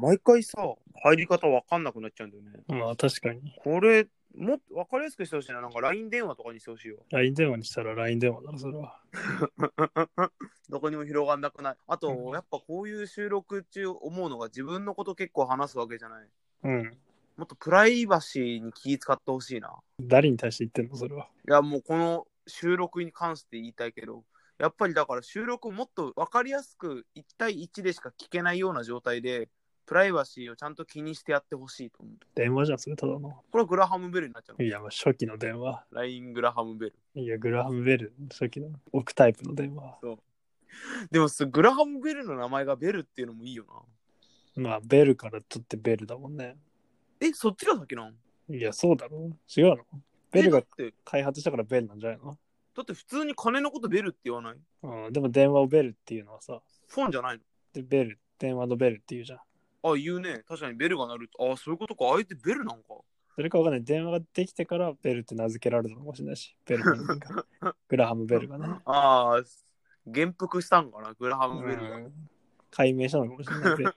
毎回さ、入り方わかんなくなっちゃうんだよね。 まあ確かに。 これ、もっとわかりやすくしてほしいな。なんか LINE 電話とかにしてほしいよ。 LINE 電話にしたら LINE 電話だろ、それは。 どこにも広がんなくない。あと、やっぱこういう収録中思うのが自分のこと結構話すわけじゃない。 うん。 もっとプライバシーに気遣ってほしいな。 誰に対して言ってんの、それは。 いや、もうこの収録に関して言いたいけど、やっぱりだから収録をもっと分かりやすく1対1でしか聞けないような状態で、プライバシーをちゃんと気にしてやってほしいと思う。 電話じゃん、それただの。 これはグラハムベルになっちゃう。 いや、まあ初期の電話。 LINE グラハムベル。 いや、グラハムベル、初期の置くタイプの電話。 そう。でもグラハムベルの名前がベルっていうのもいいよな。 まあ、ベルから取ってベルだもんね。 そっちが先なん？ いや、そうだろ。違うの？ベルがだって開発したからベルなんじゃないの？ だって普通に金のことベルって言わない？ うん、でも電話をベルっていうのはさ、 フォンじゃないの？ でベル、電話のベルっていうじゃん。 あ、言うね。確かにベルが鳴る。あ、そういうことか。あえてベルなんか。 それかわかんない。電話ができてからベルって名付けられたのかもしれないし、ベル本人が。グラハムベルがね。 ああ、元服したんかな、グラハムベルが。 解明したのかもしれない。ベル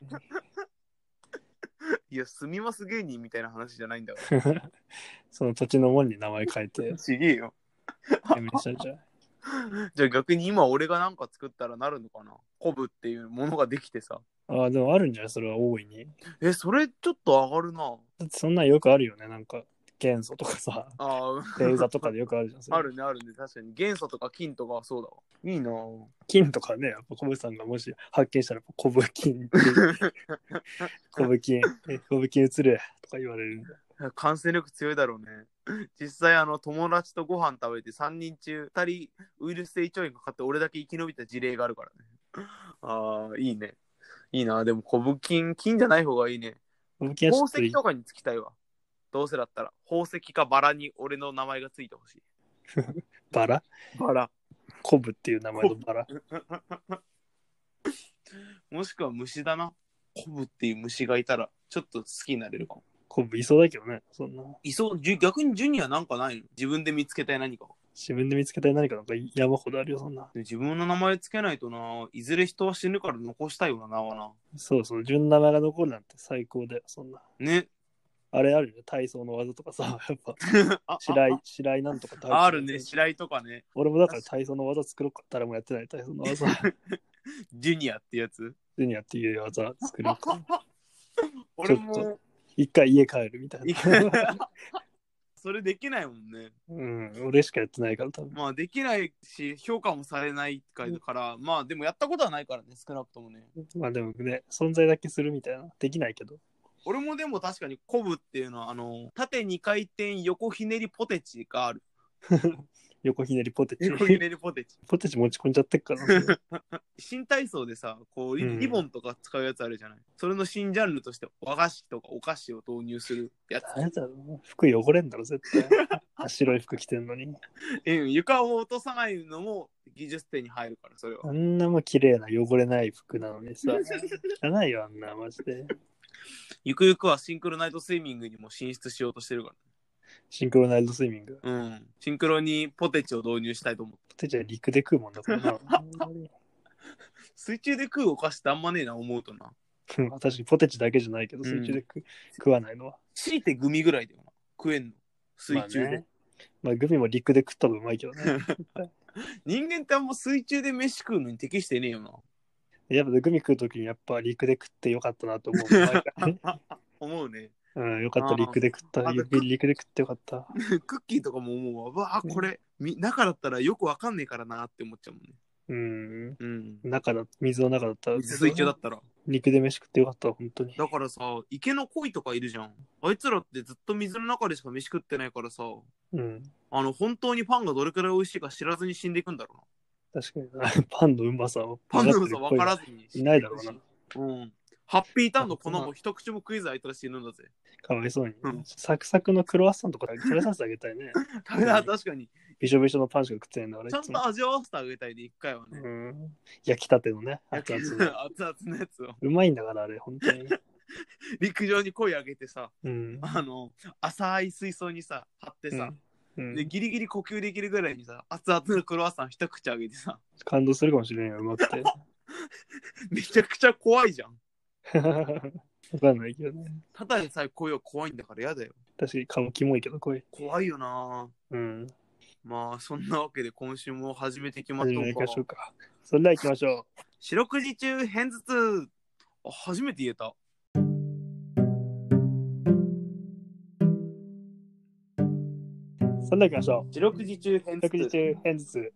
いや、すみます芸人みたいな話じゃないんだから。 その土地の門に名前書いて、 ちげえよ。 解明したんじゃん。 じゃあ逆に今俺がなんか作ったらなるのかな、コブっていうものができてさ。 ああ、でもあるんじゃない？それは大いに。 それちょっと上がるな。 だってそんなんよくあるよね。なんか、元素とかさ、 あ星座とかでよくあるじゃん。 あ、あるね、あるね。確かに元素とか金とかはそうだわ。いいなぁ。 金とかね、やっぱコブさんがもし発見したら、コブ金って、コブ金、コブ金移れとか言われるんだ。 感染力強いだろうね。実際友達とご飯食べて3人中2人ウイルス性胃腸炎がかかって俺だけ生き延びた事例があるからね。ああ、いいね。いいな。でもコブ金じゃない方がいいね。 コブ金はちょ宝っと石とかにつきたいわ。どうせだったら宝石かバラに俺の名前がついてほしい。 バラ？ バラ。 コブっていう名前のバラ。 もしくは虫だな。コブっていう虫がいたらちょっと好きになれるかも。 コブいそうだけどね、そんな。 いそう。逆にジュニアなんかないの？自分で見つけたい何か。 自分で見つけたい何かなんか山ほどあるよ、そんな。 自分の名前つけないとな。いずれ人は死ぬから残したいよな、名はな。 そうそう、順名前が残るなんて最高だよ、そんな。 ね。 あれあるよね、体操の技とかさ、やっぱ、白井なんとか体操あるね、白井とかね。 俺もだから体操の技作ろうか。誰もやってない体操の技。 ジュニアってやつ。 ジュニアっていう技作ろうか。 俺も一回家帰るみたいな。 それできないもんね。 うん、俺しかやってないから多分。 まあできないし評価もされないから、まあでもやったことはないからね、少なくともね。 まあでもね、存在だけするみたいな。できないけど。 俺もでも確かにコブっていうのは縦2回転横ひねりポテチがある。 横ひねりポテチ。 横ひねりポテチ。 ポテチ持ち込んじゃってっからな。 新体操でさ、こうリボンとか使うやつあるじゃない。それの新ジャンルとして和菓子とかお菓子を導入するやつ。 誰だろう、服汚れんだろ絶対。白い服着てんのに。 床を落とさないのも技術点に入るから、それは。 あんなも綺麗な汚れない服なのにさ。汚いよ、あんなマジで。 ゆくゆくはシンクロナイトスイミングにも進出しようとしてるから。 シンクロナイズドスイミング。 シンクロにポテチを導入したいと思って。 ポテチは陸で食うもんだからな。 水中で食うお菓子ってあんまねえな、思うとな。 確かにポテチだけじゃないけど、水中で食わないのは。 強いてグミぐらいだよな。食えんの。水中で。 まあグミも陸で食ったらうまいけどね。 人間ってあんま水中で飯食うのに適してねえよな。 やっぱグミ食うときにやっぱ陸で食ってよかったなと思う。 思うね。 よかった、陸で食った。陸で食ってよかった。 クッキーとかも思うわ。これ、中だったらよくわかんねえからなって思っちゃうもんね。 水の中だったら。 水中だったら。 陸で飯食ってよかった、本当に。 だからさ、池の鯉とかいるじゃん。あいつらってずっと水の中でしか飯食ってないからさ、本当にパンがどれくらい美味しいか知らずに死んでいくんだろうな。確かにパンのうまさを分からずにいないだろうな。 ハッピーターンの粉も一口も食いずあいたら死ぬんだぜ。 かわいそうに。サクサクのクロワッサンとか食べさせてあげたいね。 確かに。 びしょびしょのパンしか食ってないんだから。 ちゃんと味わわせてあげたいで、一回はね。 焼きたてのね、熱々 のやつを。 うまいんだから、あれ、本当に。 陸上に声上げてさ、浅い水槽にさ、張ってさ、でギリギリ呼吸できるぐらいにさ、熱々のクロワッサン一口あげてさ、 感動するかもしれんよ、うまくて。 めちゃくちゃ怖いじゃん。 わかんないけどね。 ただでさえ声は怖いんだから嫌だよ。 確かに顔キモいけど声。 怖いよな。 うん。 まあ、そんなわけで今週も始めていきましょうか。 始めていきましょうか。それでは行きましょ四六時中偏頭痛。あ、初めて言えた。 う。それでは行きましょう。 四六時中偏頭食事痛。 中偏頭痛。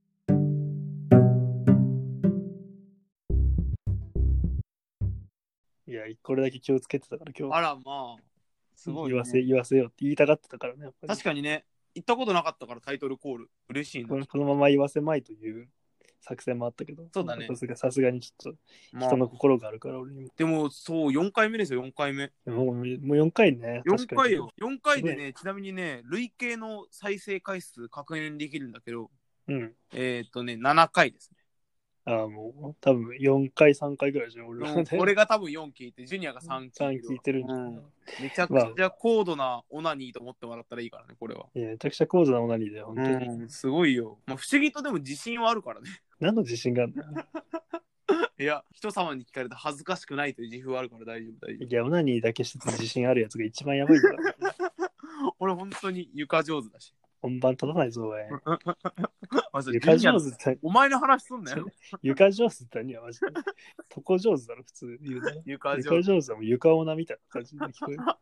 いや、これだけ気をつけてたから今日。 あら、まあ、すごい、ね。 言わせようって言いたがってたからね、やっぱり。 確かにね、言ったことなかったからタイトルコール。嬉しいな。 このまま言わせまいという作戦もあったけど。 そうだね。 さすがにちょっと人の心があるから、俺にも。 でも、そう、4回目ですよ、4回目。 もう4回ね。 4回よ。4回でね、ちなみにね、累計の再生回数確認できるんだけど、 うん。 7回ですね。 ああ、もう、多分4回、3回ぐらいじゃん、俺ら。 俺が多分4聞いて、ジュニアが3 聞いてるんだ、 めちゃくちゃ高度なオナニーと思ってもらったらいいからね、これは。 いや、めちゃくちゃ高度なオナニーだよ、本当に。 すごいよ。まあ、不思議とでも自信はあるからね。 何の自信があるんだよ。 いや、人様に聞かれて恥ずかしくないという自負はあるから大丈夫、大丈夫。 いや、オナニーだけしてて自信あるやつが一番やばいんだから。 俺、本当に床上手だし。 本番立たないぞ、おい。 床上手ってお前の話すんなよ。 床上手って何はマジで。床上手だろ、普通言うなら。床上手はもう床オナみたいな感じで聞こえる。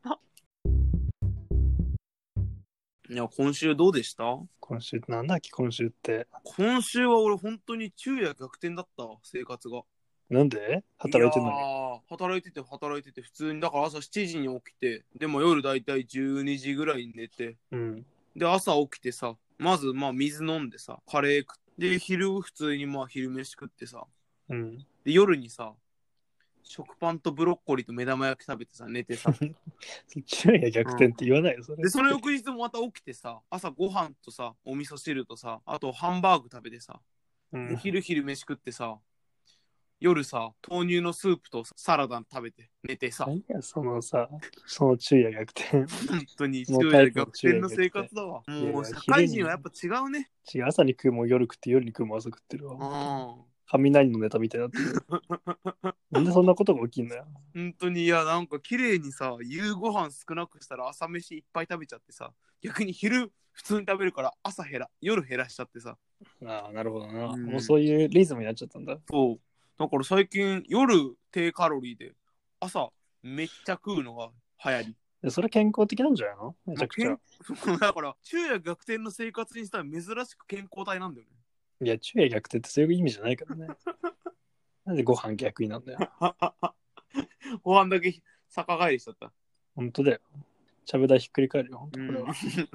いや、今週どうでした？ 今週なんだっけ、今週って。 今週は俺本当に昼夜逆転だった、生活が。 なんで働いてんのに。 働いてて普通に、だから朝7時に起きて、でも夜だいたい12時ぐらいに寝て、 うん、 で朝起きてさ、まず水飲んでさ、カレー食って、昼普通に昼飯食ってさ、 うん、 で夜にさ、食パンとブロッコリーと目玉焼き食べてさ、寝てさ。 昼夜逆転って言わないよ、それ。 で、その翌日もまた起きてさ、朝ご飯とさ、お味噌汁とさ、あとハンバーグ食べてさ、昼飯食ってさ、夜さ、豆乳のスープとサラダ食べて寝てさ。 何や、その昼夜逆転。 本当に昼夜逆転の生活だわ。もう社会人はやっぱ違うね。 違う、朝に食うも夜食って夜に食うも朝食ってるわ。雷のネタみたいになってる。なんでそんなことが起きんのよ。 本当に、いや、なんか綺麗にさ、夕ご飯少なくしたら朝飯いっぱい食べちゃってさ、逆に昼普通に食べるから夜減らしちゃってさ。 ああ、なるほどな。もうそういうリズムになっちゃったんだ。 そう。だから最近夜低カロリーで朝めっちゃ食うのが流行り。 それ健康的なんじゃないの？めちゃくちゃ。 だから昼夜逆転の生活にしたら珍しく健康体なんだよね。 いや、昼夜逆転ってそういう意味じゃないからね。なんでご飯逆になんだよ。 ご飯だけ逆返りしちゃった。 本当だよ。ちゃぶ台ひっくり返るよ、本当これは。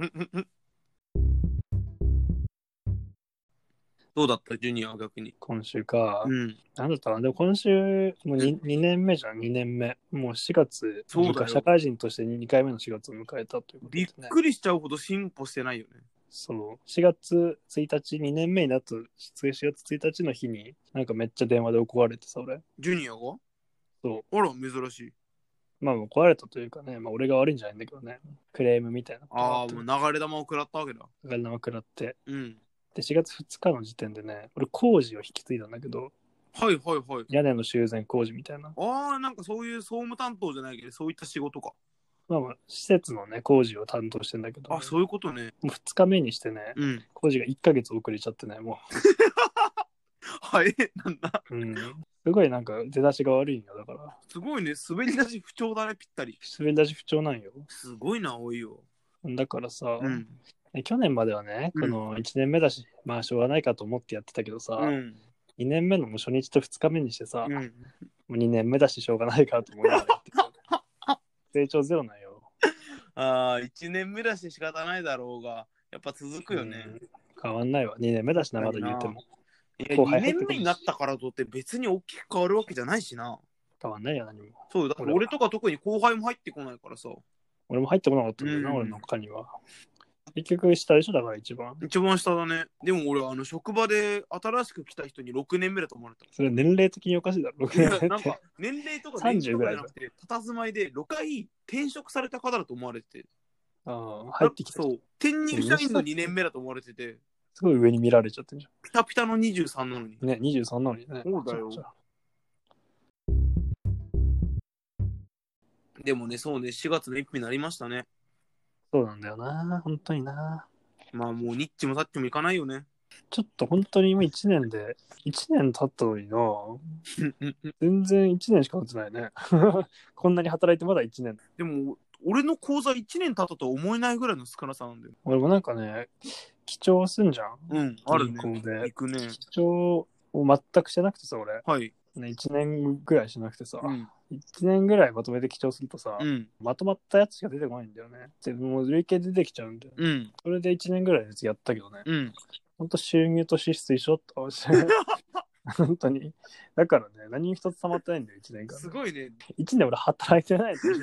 どうだったジュニアは逆に。 今週か。なんだったかな。でも今週、もう 2年目じゃん、2年目。もう4月、 そうだよ。 社会人として2回目の4月を迎えたということで、 ね。びっくりしちゃうほど進歩してないよね。 そう。4月1日、2年目になった、4月1日の日に、なんかめっちゃ電話で怒られてさ、俺。 ジュニアが？ そう。 あら、珍しい。 まあ、怒られたというかね、俺が悪いんじゃないんだけどね。クレームみたいな。 ああ、もう流れ玉を食らったわけだ。 流れ玉食らって。で、4月2日の時点でね、俺工事を引き継いだんだけど、 はい。 屋根の修繕工事みたいな。 ああ、なんかそういう総務担当じゃないけど、そういった仕事か。 施設のね、工事を担当してんだけど、 あ、そういうことね。 もう2日目にしてね、工事が1ヶ月遅れちゃってね、もう。 はい、なんだ。 すごいなんか出だしが悪いんよ、だから。 すごいね、滑り出し不調だね、ぴったり。 滑り出し不調なんよ。 すごいな、多いよ。 だからさ、去年まではね、この1年目だし、まあしょうがないかと思ってやってたけどさ、2年目のもう初日と2日目にしてさ、もう2年目だししょうがないかと思いながらやってた。成長ゼロなんよ。 ああ、1年目だし仕方ないだろうが、やっぱ続くよね。 変わんないわ、2年目だしな、まだ言うても。 いや、2年目になったからとって別に大きく変わるわけじゃないしな。 変わんないよ、何も。 そう、だから俺とか特に後輩も入ってこないからさ。 俺も入ってこなかったんだよな、俺の他には。結局下でしょ、だから一番下だね。でも俺、職場で新しく来た人に6年目だと思われた。 それは年齢的におかしいだろ、6年目。 なんか年齢とか年齢とかじゃなくて、佇まいで6回転職された方だと思われてて。 入ってきた。 そう。転入社員の2年目だと思われてて。 すごい上に見られちゃってるじゃん。 ピタピタの23なのに。 ね、23なのにね。 そうだよ。 でもね、そうね、4月の1日になりましたね。 そうなんだよな、本当にな。 まあもうニッチもサッチもいかないよね。 ちょっと本当に今1年で、1年経ったのにな、全然1年しか経ってないね。こんなに働いてまだ1年。 でも、俺の講座1年経ったとは思えないぐらいの少なさなんだよ。 俺もなんかね、記帳すんじゃん。 うん、あるね。 銀行で。 行くね。 記帳を全くしてなくてさ、俺。 はい。 ね、1年ぐらいしなくてさ、 うん、 1年ぐらいまとめて記帳するとさ、 うん、 まとまったやつしか出てこないんだよね。でもう累計出てきちゃうんだよ、ね。 うん、 それで1年ぐらいのやつやったけどね。 うん。 ほんと収入と支出一緒って思って本当に。だからね、何一つ溜まってないんだよ、1年間。 すごいね。 1年俺働いてないと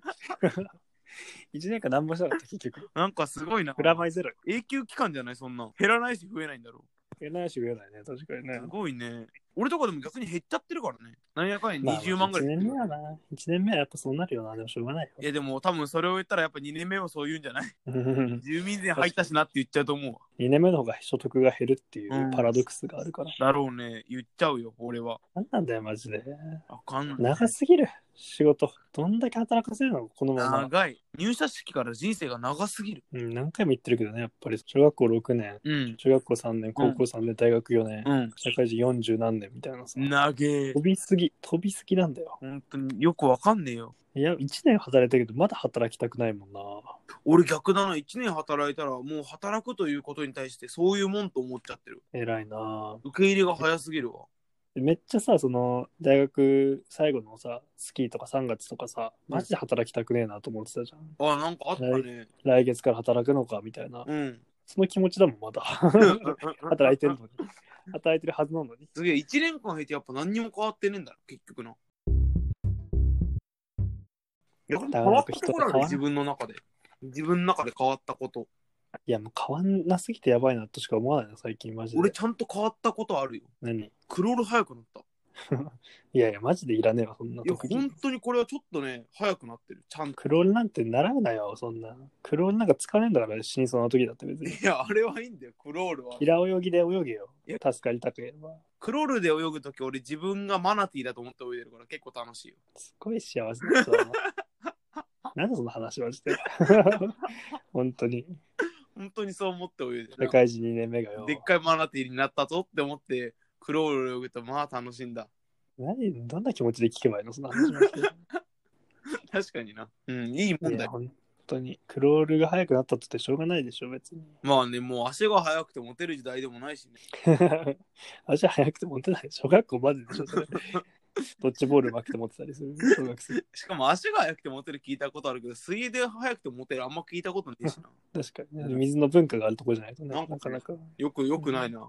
1年間何もしなかった、結局。 なんかすごいな。 プラマイゼロ。 永久期間じゃない、そんな。減らないし増えないんだろ減らないし増えないね、確かにね。 う。すごいね。俺とかでも逆に減っちゃってるからね。何やかんや20万ぐらい。 1年目はな。1年目はやっぱそうなるよな。でもしょうがないよ。 いやでも多分それを言ったらやっぱ2年目もそう言うんじゃない？ 2 住民税入ったしなって言っちゃうと思うわ。 年目の方が所得が減るっていうパラドックスがあるから。 だろうね。言っちゃうよ、俺は。 なんなんだよ、マジで。 あかんない。 長すぎる、仕事。どんだけ働かせるのこのまま。 長い。入社式から人生が長すぎる。 何回も言ってるけどね、やっぱり。小学校6年、中学校3年、高校3年、大学4年、社会人40何年みたいなさ。 長え。 飛びすぎなんだよ。 本当によくわかんねえよ。 いや、1年働いたけど、まだ働きたくないもんな。 俺逆だな。1年働いたらもう働くということに対してそういうもんと思っちゃってる。 偉いな。 受け入れが早すぎるわ。 めっちゃさ、その、大学最後のさ、スキーとか3月とかさ、マジで働きたくねえなと思ってたじゃん。 あ、なんかあったね。 来月から働くのか、みたいな。その気持ちだもん、まだ。働いてるのに。働いてるはずなのに。 すげえ、1年間経ってやっぱ何にも変わってねえんだろ、結局な。変わったことある、自分の中で。自分の中で変わったこと。 いや、もう変わんなすぎてやばいなとしか思わないな、最近マジで。 俺ちゃんと変わったことあるよ。 何？ クロール早くなった。 いやいや、マジでいらねえわ、そんな特技。いや、本当にこれはちょっとね、早くなってる。ちゃんと。 クロールなんて習うなよ、そんな。クロールなんか使わねえんだから、死にそうな時だって別に。 いや、あれはいいんだよ、クロールは。 平泳ぎで泳げよ。助かりたければ。 クロールで泳ぐとき、俺自分がマナティーだと思って泳いでるから結構楽しいよ。 すごい幸せだったな。なんでその話はして。本当に。 本当にそう思って泳いでる。 社会人2年目がよ。 でっかいマナティーになったぞって思って、クロール泳ぐとまあ楽しいんだ。 どんな気持ちで聞けばいいのその話は。 確かにな。うん、いいもんだよ。 本当に。クロールが速くなったってしょうがないでしょ、別に。 まあね、もう足が速くてモテる時代でもないしね。 足速くてモテない。小学校まででしょ、それ。ドッジボール負けてモテたりする。小学生。 しかも足が速くてモテる聞いたことあるけど、水泳で速くてモテるあんま聞いたことないしな。 確かにね。水の文化があるとこじゃないとね。なかなか。 よくないな。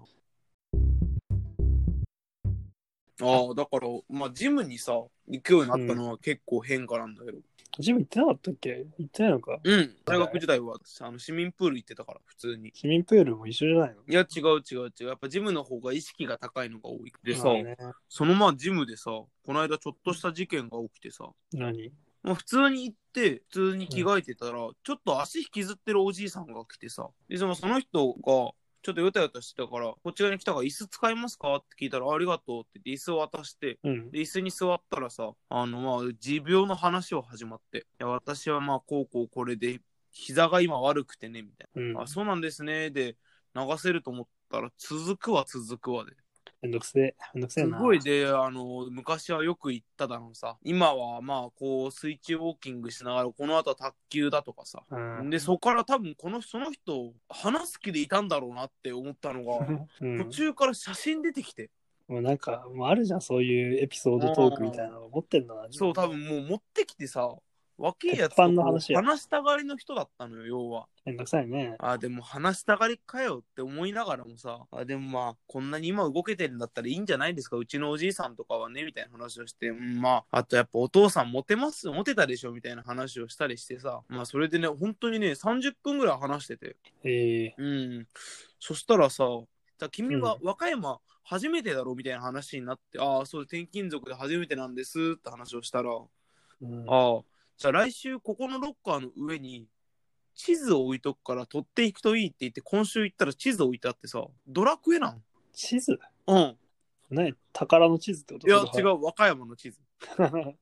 ああ、だから、まあ、ジムにさ、行くようになったのは結構変化なんだけど。 ジム行ってなかったっけ？行ってないのか。 うん。大学時代は市民プール行ってたから、普通に。 市民プールも一緒じゃないの？ いや、違う。やっぱジムの方が意識が高いのが多い。でさ、そのまあジムでさ、この間ちょっとした事件が起きてさ。 何？ まあ、普通に行って、普通に着替えてたら、ちょっと足引きずってるおじいさんが来てさ。で、その人が、ちょっとヨタヨタしてたから、こっち側に来たから椅子使いますかって聞いたら、ありがとうって言って椅子を渡して、で椅子に座ったらさ、まあ、持病の話を始まって、いや、私はまあ、こうこれで、膝が今悪くてね、みたいな。あ、そうなんですね。で、流せると思ったら、続くわで。 めんどくせえな。 すごいで、昔はよく言っただろうさ。今はまあ、こう、水中ウォーキングしながら、この後は卓球だとかさ。で、そこから多分、その人、話す気でいたんだろうなって思ったのが、途中から写真出てきて。 もうなんか、もうあるじゃん、そういうエピソードトークみたいなの持ってんだな。 そう、多分もう持ってきてさ、若いやつと話したがりの人だったのよ、要は。 めんどくさいね。 あ、でも話したがりかよって思いながらもさ、でもまあ、こんなに今動けてるんだったらいいんじゃないですか、うちのおじいさんとかはね、みたいな話をして、まあ、あとやっぱお父さんモテたでしょ、みたいな話をしたりしてさ、まあそれでね、本当にね、30分ぐらい話してて。そしたらさ、君は和歌山初めてだろ、みたいな話になって、ああ、そう、転勤族で初めてなんですって話をしたら、ああ、じゃあ来週ここのロッカーの上に地図を置いとくから取っていくといいって言って、今週行ったら地図置いてあってさ、ドラクエなん？ 地図？ うん。 何？宝の地図ってこと？ いや、違う、和歌山の地図。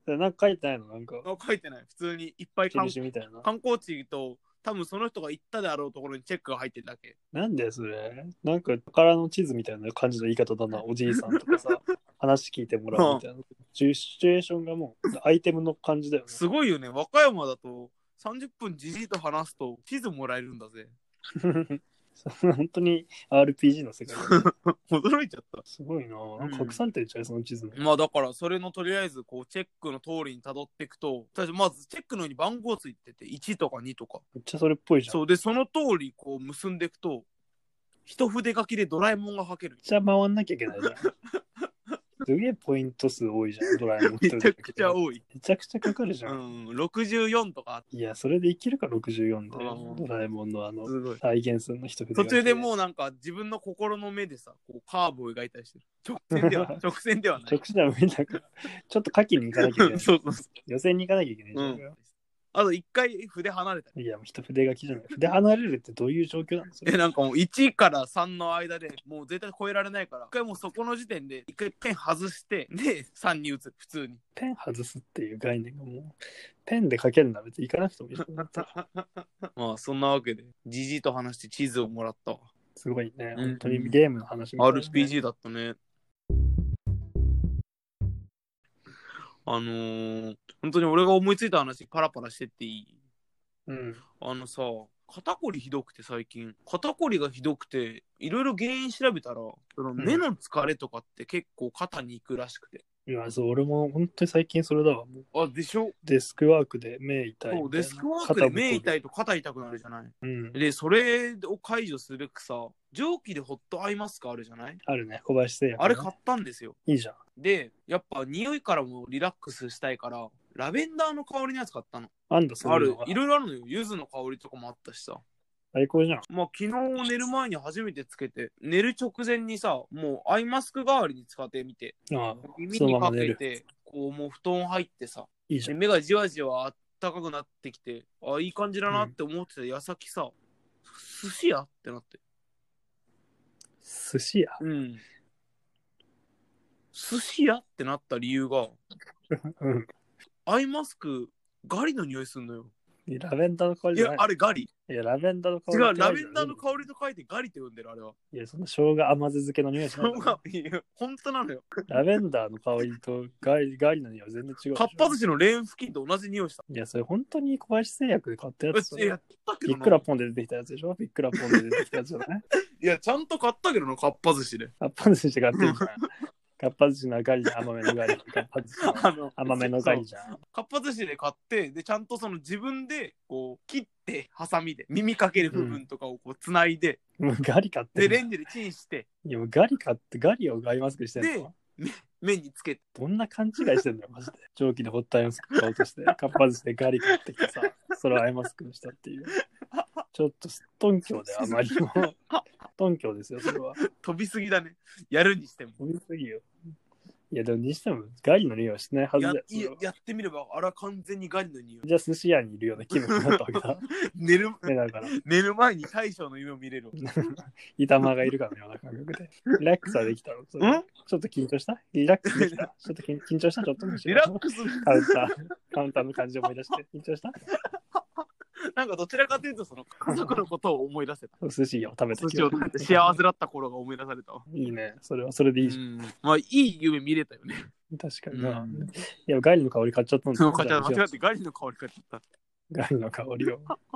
なんか書いてないのなんか。 書いてない。普通にいっぱい印みたいな。 観光地と、多分その人が行ったであろうところにチェックが入ってるだけ。 なんでそれなんか宝の地図みたいな感じの言い方だな。おじいさんとかさ、話聞いてもらうみたいな。シチュエーションがもうアイテムの感じだよね。 すごいよね。和歌山だと30分じじいと話すと地図もらえるんだぜ。 本当に RPG の世界驚いちゃった。 すごいな。隠されてるじゃん、その地図。 まあだからそれのとりあえずこうチェックの通りに辿っていくと、まずチェックのように番号ついてて1とか2とか。めっちゃそれっぽいじゃん。 そうでその通りこう結んでいくと一筆書きでドラえもんが書ける。 めっちゃ回んなきゃいけないじゃん。すげえポイント数多いじゃん、ドラえもん。 めちゃくちゃ多い。 めちゃくちゃかかるじゃん。64とか。 いや、それでいけるか、64で。ドラえもんの再現数の一筆。 途中でもうなんか自分の心の目でさ、こうカーブを描いたりしてる。直線ではない。直線では無理だから。ちょっと書きに行かなきゃいけない。 そう予選に行かなきゃいけないじゃん。 あと一回筆離れた。 いや、もう一筆書きじゃない。筆離れるってどういう状況なんですか？ なんかもう1から3の間でもう絶対超えられないから、一回もうそこの時点で一回ペン外して、で、3に打つ、普通に。 ペン外すっていう概念がもう、ペンで書けるなら別に行かなくてもいいじゃん。 まあ、そんなわけで、じじいと話して地図をもらったわ。 すごいね。本当にゲームの話みたいな、ね。 RPG だったね。本当に俺が思いついた話パラパラしてっていい？さ、肩こりひどくて最近。肩こりがひどくて、いろいろ原因調べたら、その目の疲れとかって結構肩に行くらしくて。 いや、そう、俺も本当に最近それだわ。 あ、でしょ？ デスクワークで目痛い。 そう、デスクワークで目痛いと肩痛くなるじゃない。で、それを解除するべくさ、蒸気でホットアイマスクあるじゃない？ あるね、小林製薬、ね。 あれ買ったんですよ。 いいじゃん。 で、やっぱ匂いからもリラックスしたいから、ラベンダーの香りのやつ買ったの。 ある。いろいろあるのよ。柚子の香りとかもあったしさ。 最高じゃん。 まあ昨日寝る前に初めてつけて、寝る直前にさ、もうアイマスク代わりに使ってみて、耳にかけて、こうもう布団入ってさ、 いいじゃん。 目がじわじわあったかくなってきて、いい感じだなって思ってた矢先さ、寿司屋ってなって。 寿司屋？ 寿司屋ってなった理由が、アイマスク、ガリの匂いすんのよ。 ラベンダーの香りじゃない。 いや、あれガリ。 いや、ラベンダーの香り。 違う、ラベンダーの香りと書いてガリって呼んでる、あれは。 いや、その生姜甘酢漬けの匂いしない。 いや、本当なのよ。 ラベンダーの香りとガリの匂い全然違う。 かっぱ寿司のレーン付近と同じ匂いした。 いや、それ本当に小林製薬で買ったやつ。 いや、 ビックラポンで出てきたやつでしょ？ビックラポンで出てきたやつじゃない？ いや、ちゃんと買ったけどな、かっぱ寿司で。 かっぱ寿司で買ってるじゃん。かっぱ寿司のガリ、甘めのガリ。かっぱ寿司の甘めのガリじゃん。 かっぱ寿司で買って、で、ちゃんとその自分で、こう、切って、ハサミで、耳かける部分とかをこう、つないで、 もうガリ買って。 で、レンジでチンして。 いや、もうガリ買って、ガリをアイマスクしてんの？ で、麺につけて。 どんな勘違いしてんだよ、マジで。蒸気でホットアイマスク買おうとして、かっぱ寿司でガリ買ってきてさ、それをアイマスクにしたっていう。ちょっと、頓強であまりも。頓強ですよ、それは。 飛びすぎだね。やるにしても。 飛びすぎよ。いや、でもにしてもガリの匂いはしないはずだよ。 やってみれば、あれは完全にガリの匂い。 じゃあ寿司屋にいるような気分になったわけだ。寝る前に大将の夢を見れる。 板間がいるかのような感覚で。リラックスはできたの？ちょっと緊張した？リラックスできた？ちょっと緊張した？ちょっとリラックスカウンターの感じを思い出して緊張した？ なんかどちらかというとその家族のことを思い出せた。 寿司を食べて幸せだった頃が思い出されたわ。 いいね。それはそれでいいじゃん。 まあいい夢見れたよね。 確かにな。いや、ガリの香り買っちゃったんだ。 間違ってガリの香り買っちゃった。 ガリの香りを。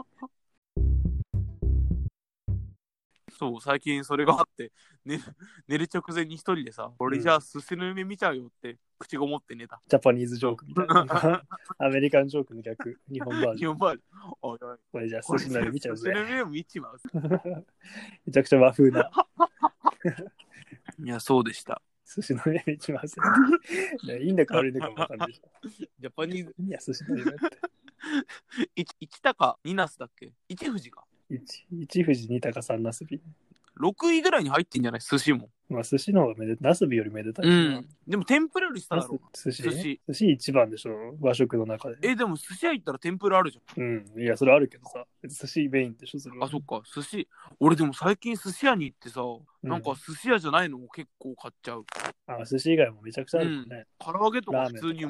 そう、最近それがあって、寝る直前に一人でさ、俺じゃあ寿司の夢見ちゃうよって口ごもって寝た。 ジャパニーズジョークみたいな。アメリカンジョークの逆、日本バージョン。これじゃあ寿司の夢見ちゃうぜ。 寿司の夢を見ちまう。 めちゃくちゃ和風な。 いや、そうでした。 寿司の夢見ちまうぜ。いいんだか悪いんだかもわかんない。 ジャパニーズ。 いや、寿司の夢って。 一高二ナスだっけ？一富士か。 一富士二高三ナスビ。 6位ぐらいに入ってんじゃない？寿司も。 まあ寿司の方がナスビよりめでたい。 でも天ぷらより下だろ。 寿司一番でしょ、和食の中で。 でも寿司屋行ったら天ぷらあるじゃん。 いや、それあるけどさ。寿司メインでしょ、それは。 あ、そっか。寿司。俺でも最近寿司屋に行ってさ、なんか寿司屋じゃないのも結構買っちゃう。 寿司以外もめちゃくちゃあるもんね。 唐揚げとか普通にうまい。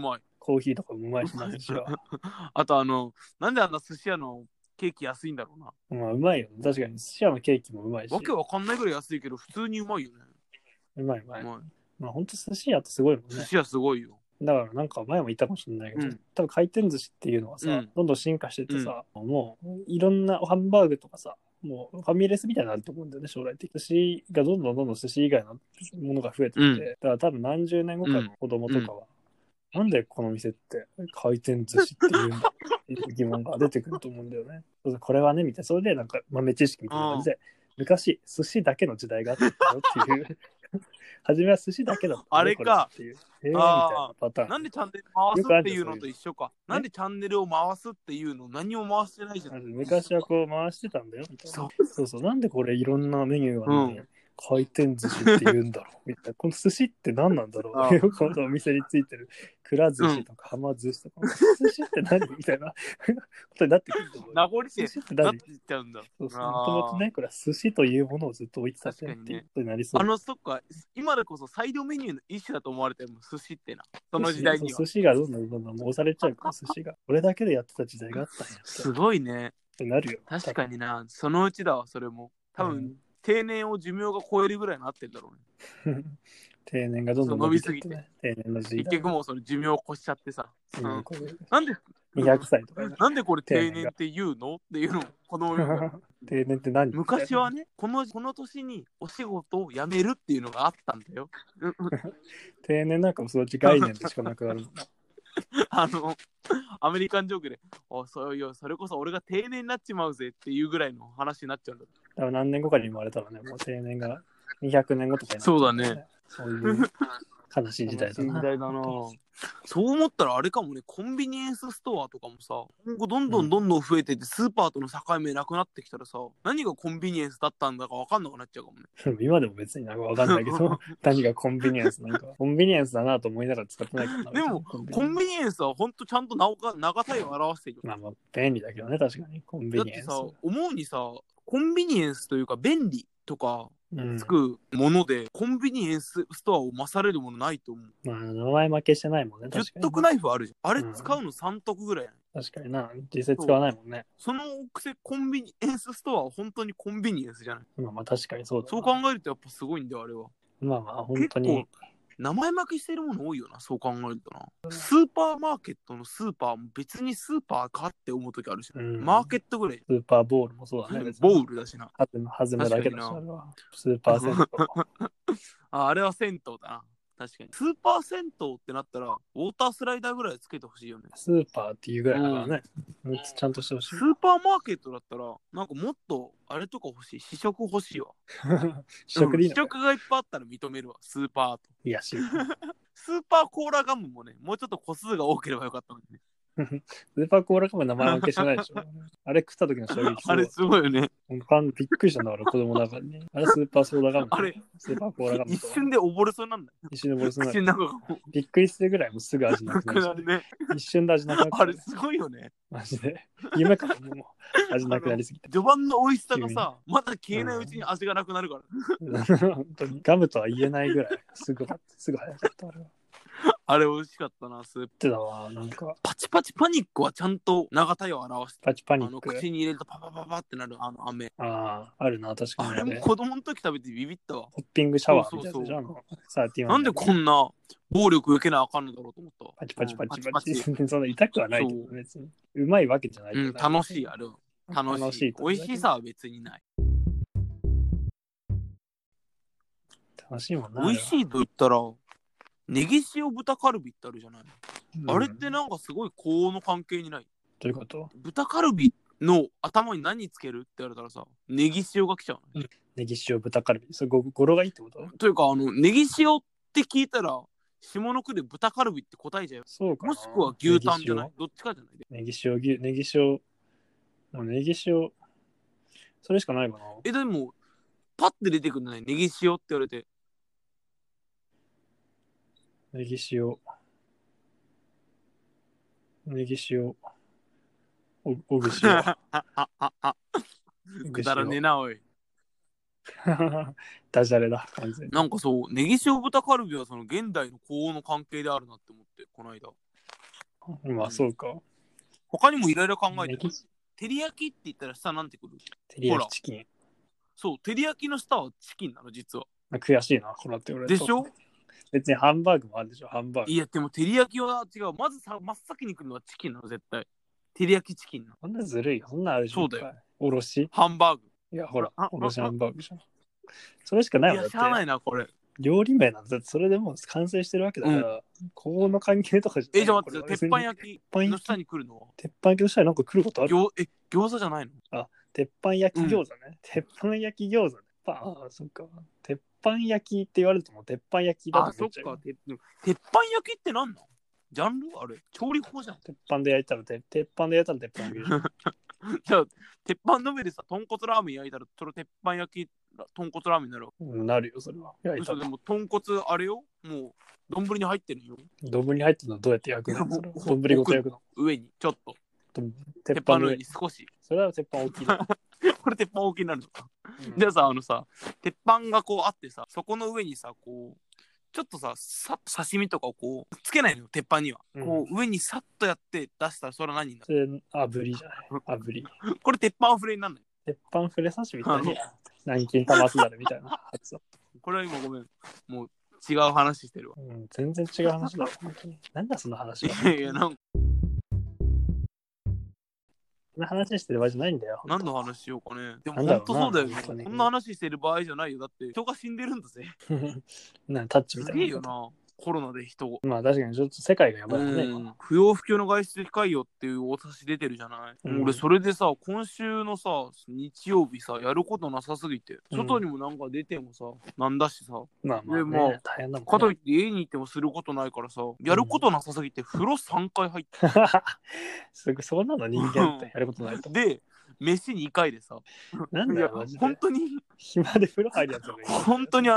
コーヒーとかもうまいしな、寿司は。 あとなんであんな寿司屋のケーキ安いんだろうな。 まあ、うまいよね。確かに寿司屋のケーキもうまいし。 わけわかんないぐらい安いけど、普通にうまいよね。 うまい。まあ、ほんと寿司屋ってすごいもんね。 寿司屋すごいよ。 だからなんか前も言ったかもしれないけど、多分回転寿司っていうのはさ、どんどん進化してってさ、もういろんなハンバーグとかさ、もうファミレスみたいになると思うんだよね、将来的に。寿司がどんどん寿司以外のものが増えてきて、だから多分何十年後かの子供とかは、なんでこの店って回転寿司って言うんだっていう疑問が出てくると思うんだよね。これはね、みたいな。それでなんか豆知識みたいな感じで、昔寿司だけの時代があったよっていう。初めは寿司だけだった、ね、 あれかっていう。みたいなパターン。 なんでチャンネル回すっていうのと一緒か。なんでチャンネルを回すっていうの何も回してないじゃん。 昔はこう回してたんだよみたいな。そう。なんでこれいろんなメニューがあるのに、回転寿司って言うんだろうみたいな。この寿司って何なんだろうこのお店についてるくら寿司とか浜寿司とか、寿司って何みたいなことになってくると思う。 名残で寿司ってなっ何ちゃうんだ。 もともとね、これは寿司というものをずっと置いてたっていうことになりそう。 そっか、今でこそサイドメニューの一種だと思われても寿司ってな。その時代には。 寿司がどんどんもう押されちゃうから、寿司が。これだけでやってた時代があったんや。 すごいね。 ってなるよ。 確かにな。そのうちだわ、それも。多分、定年を寿命が超えるぐらいになってんだろうね。 定年がどんどん伸びすぎて。 定年の時代。 結局もうその寿命を越しちゃってさ。 なんで200歳とか。 なんでこれ定年って言うのっていうのを子供に定年って何？ 昔はね、この年にお仕事を辞めるっていうのがあったんだよ。 定年なんかもそのうち概念でしかなくなる。 アメリカンジョークで、それこそ俺が定年になっちまうぜっていうぐらいの話になっちゃうんだ。 だから何年後かに生まれたらね、もう定年が200年後とかになっちゃう、 そうだね。 そういう悲しい時代だな。 そう思ったらあれかもね、コンビニエンスストアとかもさ、今後どんどん増えてて、スーパーとの境目なくなってきたらさ、何がコンビニエンスだったんだか分かんなくなっちゃうかもね。 今でも別になんか分かんないけど、何がコンビニエンスなんか、コンビニエンスだなと思いながら使ってないからな。 でも、コンビニエンスはほんとちゃんと長体を表してる。 まあ便利だけどね、確かに。コンビニエンス。 だってさ、思うにさ、コンビニエンスというか便利とか、つくもので、コンビニエンスストアを勝れるものないと思う。 まあ、名前負けしてないもんね。 10徳ナイフあるじゃん。あれ使うの3徳ぐらい。 確かにな。実際使わないもんね。 そのくせコンビニエンスストアは本当にコンビニエンスじゃない。 まあ確かにそうだ。 そう考えるとやっぱすごいんだよ、あれは。 まあ本当に。 名前負けしてるもの多いよな、そう考えるとな。スーパーマーケットのスーパーも別にスーパーかって思うときあるし、マーケットぐらい。 スーパーボールもそうだね。 ボールだしな。 はずめだけだし、スーパー銭湯。 あれは銭湯だな。確かに。スーパー銭湯ってなったら、ウォータースライダーぐらいつけてほしいよね。 スーパーっていうぐらいだからね。ちゃんとしてほしい。 スーパーマーケットだったら、なんかもっと、あれとか欲しい。試食欲しいわ。試食がいっぱいあったら認めるわ。スーパーと。 いや、スーパーコーラガムもね、もうちょっと個数が多ければよかったのにね。 スーパーコーラガム名前負けしてないでしょ。あれ食った時の衝撃。 あれすごいよね。 びっくりしたんだから、子供だからね。あれスーパーソーダガム。 あれ、 スーパーコーラガム。 一瞬で溺れそうなんだよ。 一瞬で溺れそうなんだ。びっくりするぐらいもうすぐ味なくなる。 ね、 一瞬で味なくなる。 あれすごいよね。 マジで。夢かもう味なくなりすぎて。 序盤の美味しさがさ、まだ消えないうちに味がなくなるから。 本当に。ガムとは言えないぐらい、すぐ早かった。 あれ美味しかったな、スープ。 だわ、なんか。 パチパチパニックはちゃんと長体を表して。 パチパニック。 口に入れるとパパパパってなる飴。 あるな、確かに。 あれも子供の時食べてビビったわ。 ホッピングシャワーみたいなやつじゃん。 なんでこんな暴力受けなあかんのだろうと思ったわ。 パチパチパチパチ。そんな痛くはないけど、別に。うまいわけじゃない。 楽しい、あれは。楽しい。美味しさは別にない。 楽しいもんな。 美味しいと言ったら、ネギ塩豚カルビってあるじゃない、あれってなんかすごい高温の関係にない？ どういうこと？ 豚カルビの頭に何つけるって言われたらさ、ネギ塩が来ちゃう、 ネギ塩豚カルビ。それ語呂がいいってこと？ というかネギ塩って聞いたら下の句で豚カルビって答えちゃうよ。 そうかな。 もしくは牛タンじゃない？どっちかじゃない？ ネギ塩。それしかないかな。 でもパッて出てくるね、ネギ塩って言われて。 ネギ塩。おぐしよ。 くだらねえな、おい。 ダジャレだ、完全に。 なんかそう、ネギ塩豚カルビはその現代の高温の関係であるなって思って、この間。 まあそうか。 他にもいろいろ考えてる。照り焼きって言ったら下なんてくる？ 照り焼きチキン。 そう、照り焼きの下はチキンなの、実は。 悔しいな、ほらって俺。 でしょ？ 別にハンバーグもあるでしょ、ハンバーグ。 いや、でも照り焼きは違う。まずさ、真っ先に来るのはチキンなの、絶対。照り焼きチキンなの。 そんなずるいよ。そんなあるじゃん。 そうだよ。 おろしハンバーグ。 いや、ほら、おろしハンバーグじゃん。それしかないもん。 いや、しゃあないな、これ。 料理名なんて、それでもう完成してるわけだから、ここの関係とかじゃない。 じゃあ待って、鉄板焼きの下に来るのは？ 鉄板焼きの下になんか来ることある？ 餃子じゃないの？ あ、鉄板焼き餃子ね。鉄板焼き餃子ね。ああ、そっか。鉄板焼きって言われるともう鉄板焼きだと思っちゃう。 あ、そっか。鉄板焼きって何なの？ジャンルあれ調理法じゃん。 鉄板で焼いたら鉄板焼きじゃん。 じゃあ、鉄板の上でさ、豚骨ラーメン焼いたら、それ鉄板焼き、豚骨ラーメンになるわ。 なるよ、それは。 でも、豚骨あれよ、もう、丼に入ってるよ。 丼に入ってるのどうやって焼くの？丼ごと焼くの？ 上に、ちょっと。 鉄板の上に少し。 それは鉄板大きい。 これ鉄板大きいになるのか。じゃあさ、鉄板がこうあってさ、そこの上にさ、こう、ちょっとさ、刺身とかをこう、つけないのよ、鉄板には。こう、上にさっとやって出したら、それは何になる？ 炙りじゃない。炙り。 これ鉄板フレになるのよ。 鉄板フレ刺しみたいな。南京玉すだれみたいな。 これは今ごめん。もう違う話してるわ。 全然違う話だわ。なんだその話は。 いや、なんか。 そんな話してる場合じゃないんだよ。 何の話しようかね。でも本当そうだよね。こんな話してる場合じゃないよ。だって人が死んでるんだぜ。 タッチみたいな。 すげえよな。コロナで人を。 まあ確かにちょっと世界がやばいね。 不要不急の外出控えよっていうお達し出てるじゃない。俺それでさ、今週のさ、日曜日さ、やることなさすぎて、外にもなんか出てもさ、なんだしさ。 まあまあ、ね、大変だもんね。 かといって家にいてもすることないからさ、やることなさすぎて風呂3回入って。 そんなの人間ってやることないと。 で、飯2回でさ、 なんだよ、マジで。 本当に暇で風呂入るやつがいい。 本当に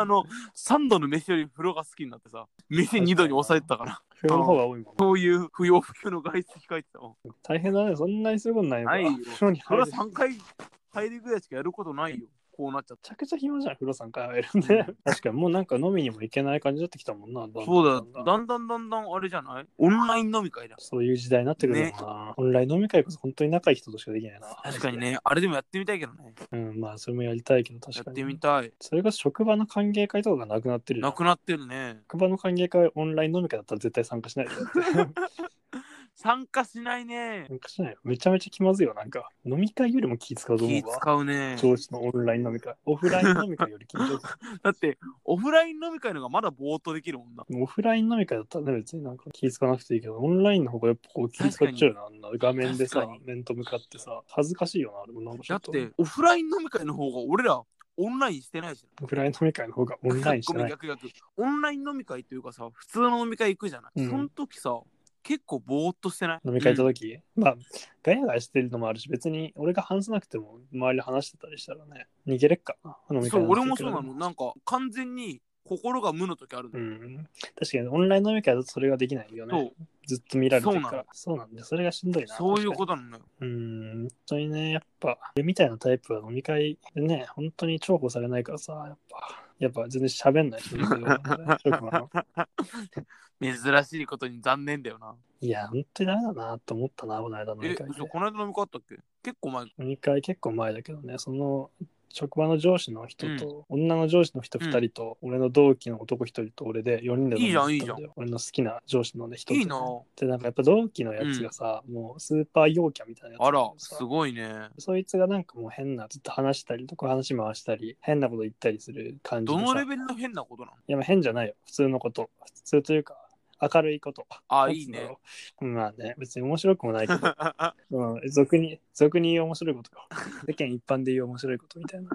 3度の飯より風呂が好きになってさ、飯2度に抑えてたから。 風呂の方が多いもん。 そういう不要不急の外出控えてたもん。 大変だね、そんなにすることないよ。 ないよ。風呂3回入るぐらいしかやることないよ。こうなっちゃった。 めちゃくちゃ暇じゃん、風呂3回入るんで。確かにもうなんか飲みにも行けない感じになってきたもんな。 そうだ、だんだんあれじゃない？オンライン飲み会だ。 そういう時代になってくるのかな。オンライン飲み会こそ本当に仲いい人としかできないな。 確かにね、あれでもやってみたいけどね。 まあそれもやりたいけど確かに。 やってみたい。 それが職場の歓迎会とかがなくなってる。 なくなってるね。 職場の歓迎会オンライン飲み会だったら絶対参加しないで。 参加しないね。 参加しないよ。めちゃめちゃ気まずいよ。なんか飲み会よりも気使うと思うわ。 気使うね。 上司のオンライン飲み会。オフライン飲み会より緊張する。 だってオフライン飲み会のがまだぼーっとできるもんな。 オフライン飲み会だったらね、別になんか気使わなくていいけど、オンラインの方がやっぱこう気使っちゃうよな。あんな画面でさ、面と向かってさ、恥ずかしいよな。でもなんかだってオフライン飲み会の方が俺らオンラインしてないじゃん。 オフライン飲み会の方がオンラインしてない。 ごめん、逆。オンライン飲み会というかさ、普通の飲み会行くじゃない。その時さ、結構ぼーっとしてない？ 飲み会行った時、まあガヤガヤしてるのもあるし、別に俺が話さなくても周りで話してたりしたらね、逃げれっかな。飲み会。 そう、俺もそうなの。なんか完全に心が無の時あるの。 確かにオンライン飲み会だとそれができないよね。ずっと見られてるから。そうなんだよ。それがしんどいな。 そういうことなのよ。 本当にね、やっぱ俺みたいなタイプは飲み会でね、本当に重宝されないからさ、やっぱ全然喋んない人ですよ。 珍しいことに残念だよな。 いや、本当にダメだなと思ったな、この間飲み会で。 この間飲み会あったっけ？結構前。 飲み会結構前だけどね、その職場の上司の人と、女の上司の人2人と、俺の同期の男1人と俺で4人で飲んでたんだよ。いいじゃん。俺の好きな上司のね、人と、ね。いいな。で、なんかやっぱ同期のやつがさ、もうスーパー陽キャみたいなやつ。 あら、すごいね。 そいつがなんかもう変な、ずっと話したりとか話回したり、変なこと言ったりする感じで。 どのレベルの変なことなの？ いや、変じゃないよ。普通のこと。普通というか、明るいこと。 いいね。 まあね、別に面白くもないけど、俗に言う面白いことか。世間一般で言う面白いことみたいな。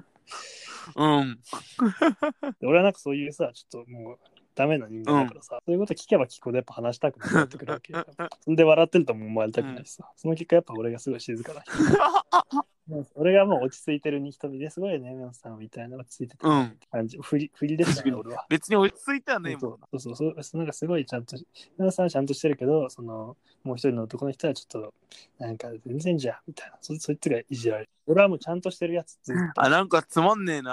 俺はなんかそういうさ、ちょっともうダメな人間だからさ、そういうこと聞けば聞くほどやっぱ話したくなってくるわけ。そんで笑ってるとも思われたくないしさ、その結果やっぱ俺がすごい静かだ。俺がもう落ち着いてる人ですごいね、皆さんみたいな落ち着いてて感じ。振りですね、俺は。 別に落ち着いてはねえもんな。 そう、なんかすごいちゃんと、皆さんちゃんとしてるけど、もう一人の男の人はちょっと、なんか全然じゃ、みたいな。そいつがいじられる。俺はもうちゃんとしてるやつずっと。 なんかつまんねえな。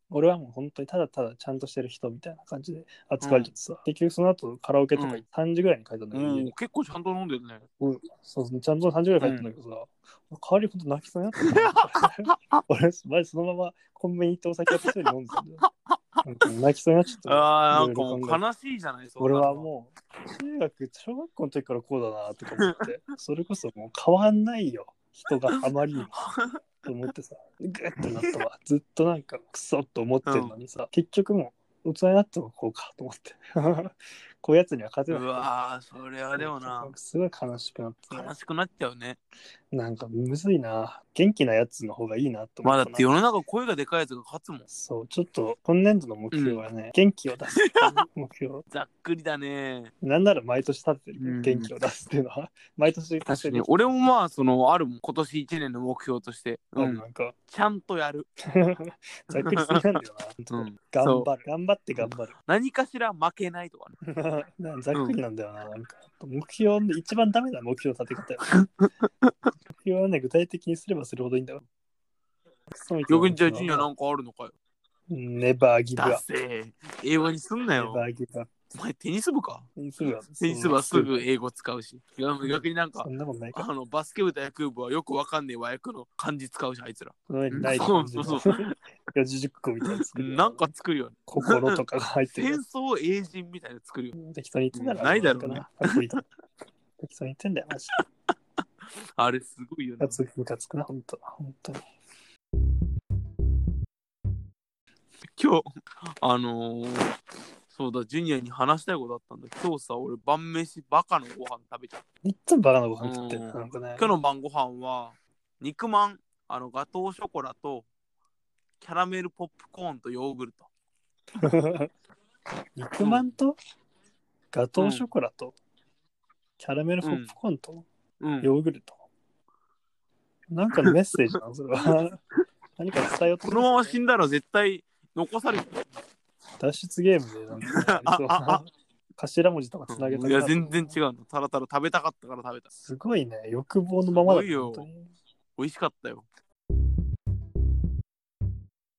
俺はもう本当にただただちゃんとしてる人みたいな感じで扱われちゃってさ、結局その後カラオケとか3時ぐらいに帰ったんだけど、 結構ちゃんと飲んでるね。 そう、ちゃんと3時ぐらい帰ったんだけどさ、代わりほんと泣きそうになった俺、マジそのままコンビニ行ってお酒やって一人飲んでたんだよ。泣きそうになっちゃった。 なんかもう悲しいじゃない、 俺はもう小学校の時からこうだなとか思ってそれこそもう変わんないよ人があまりにもと思ってさ、グッてなったわ。ずっとなんかクソと思ってるのにさ、結局もう大人になってもこうかと思ってこういうやつには勝てない。 うわー、それはでもな、 すごい悲しくなって、 悲しくなっちゃうね。 なんかむずいな。元気なやつの方がいいなと思って。 まあだって世の中声がでかいやつが勝つもん。 そう、ちょっと今年度の目標はね、元気を出す目標。 ざっくりだね。 なんなら毎年立ててる、元気を出すっていうのは毎年確かに俺もまあそのあるもん、今年1年の目標として、 なんかちゃんとやる。 ざっくりすぎなんだよな。頑張って頑張る。 何かしら負けないとかね。ざっくりなんだよな。なんか目標で一番ダメな目標の立て方よ。目標はね、具体的にすればするほどいいんだよ。 逆にじゃあジュニアなんかあるのかよ。 ネバーギブアップ。英語にすんなよ。 ネバーギブアップ。 お前テニス部か？ テニス部はすぐ英語使うし。逆になんか、 そんなもんないかバスケ部と野球部はよくわかんねえ和訳の漢字使うし、あいつら。 ないそう。 四字熟語みたいな作る。 なんか作るよね。 心とかが入ってる。戦争英人みたいな作るよ。 適当に言ってんだろ。 ないだろうね。 適当に言ってんだよ、マジで。 あれすごいよね。 ムカつくな、本当に。 今日、そうだ、ジュニアに話したいことあったんだ。今日さ、俺晩飯バカのご飯食べちゃった。 いつもバカのご飯食ってるなんかね。 今日の晩ご飯は、肉まん、ガトーショコラと、キャラメルポップコーンとヨーグルト。 肉まんと、ガトーショコラと、キャラメルポップコーンと、ヨーグルト。なんかのメッセージなのそれは。何か伝えようと。 このまま死んだら絶対残される。 脱出ゲームでなんか頭文字とかつなげた。 いや全然違うの。ただただ食べたかったから食べた。 すごいね、欲望のままだ。 よ。美味しかったよ。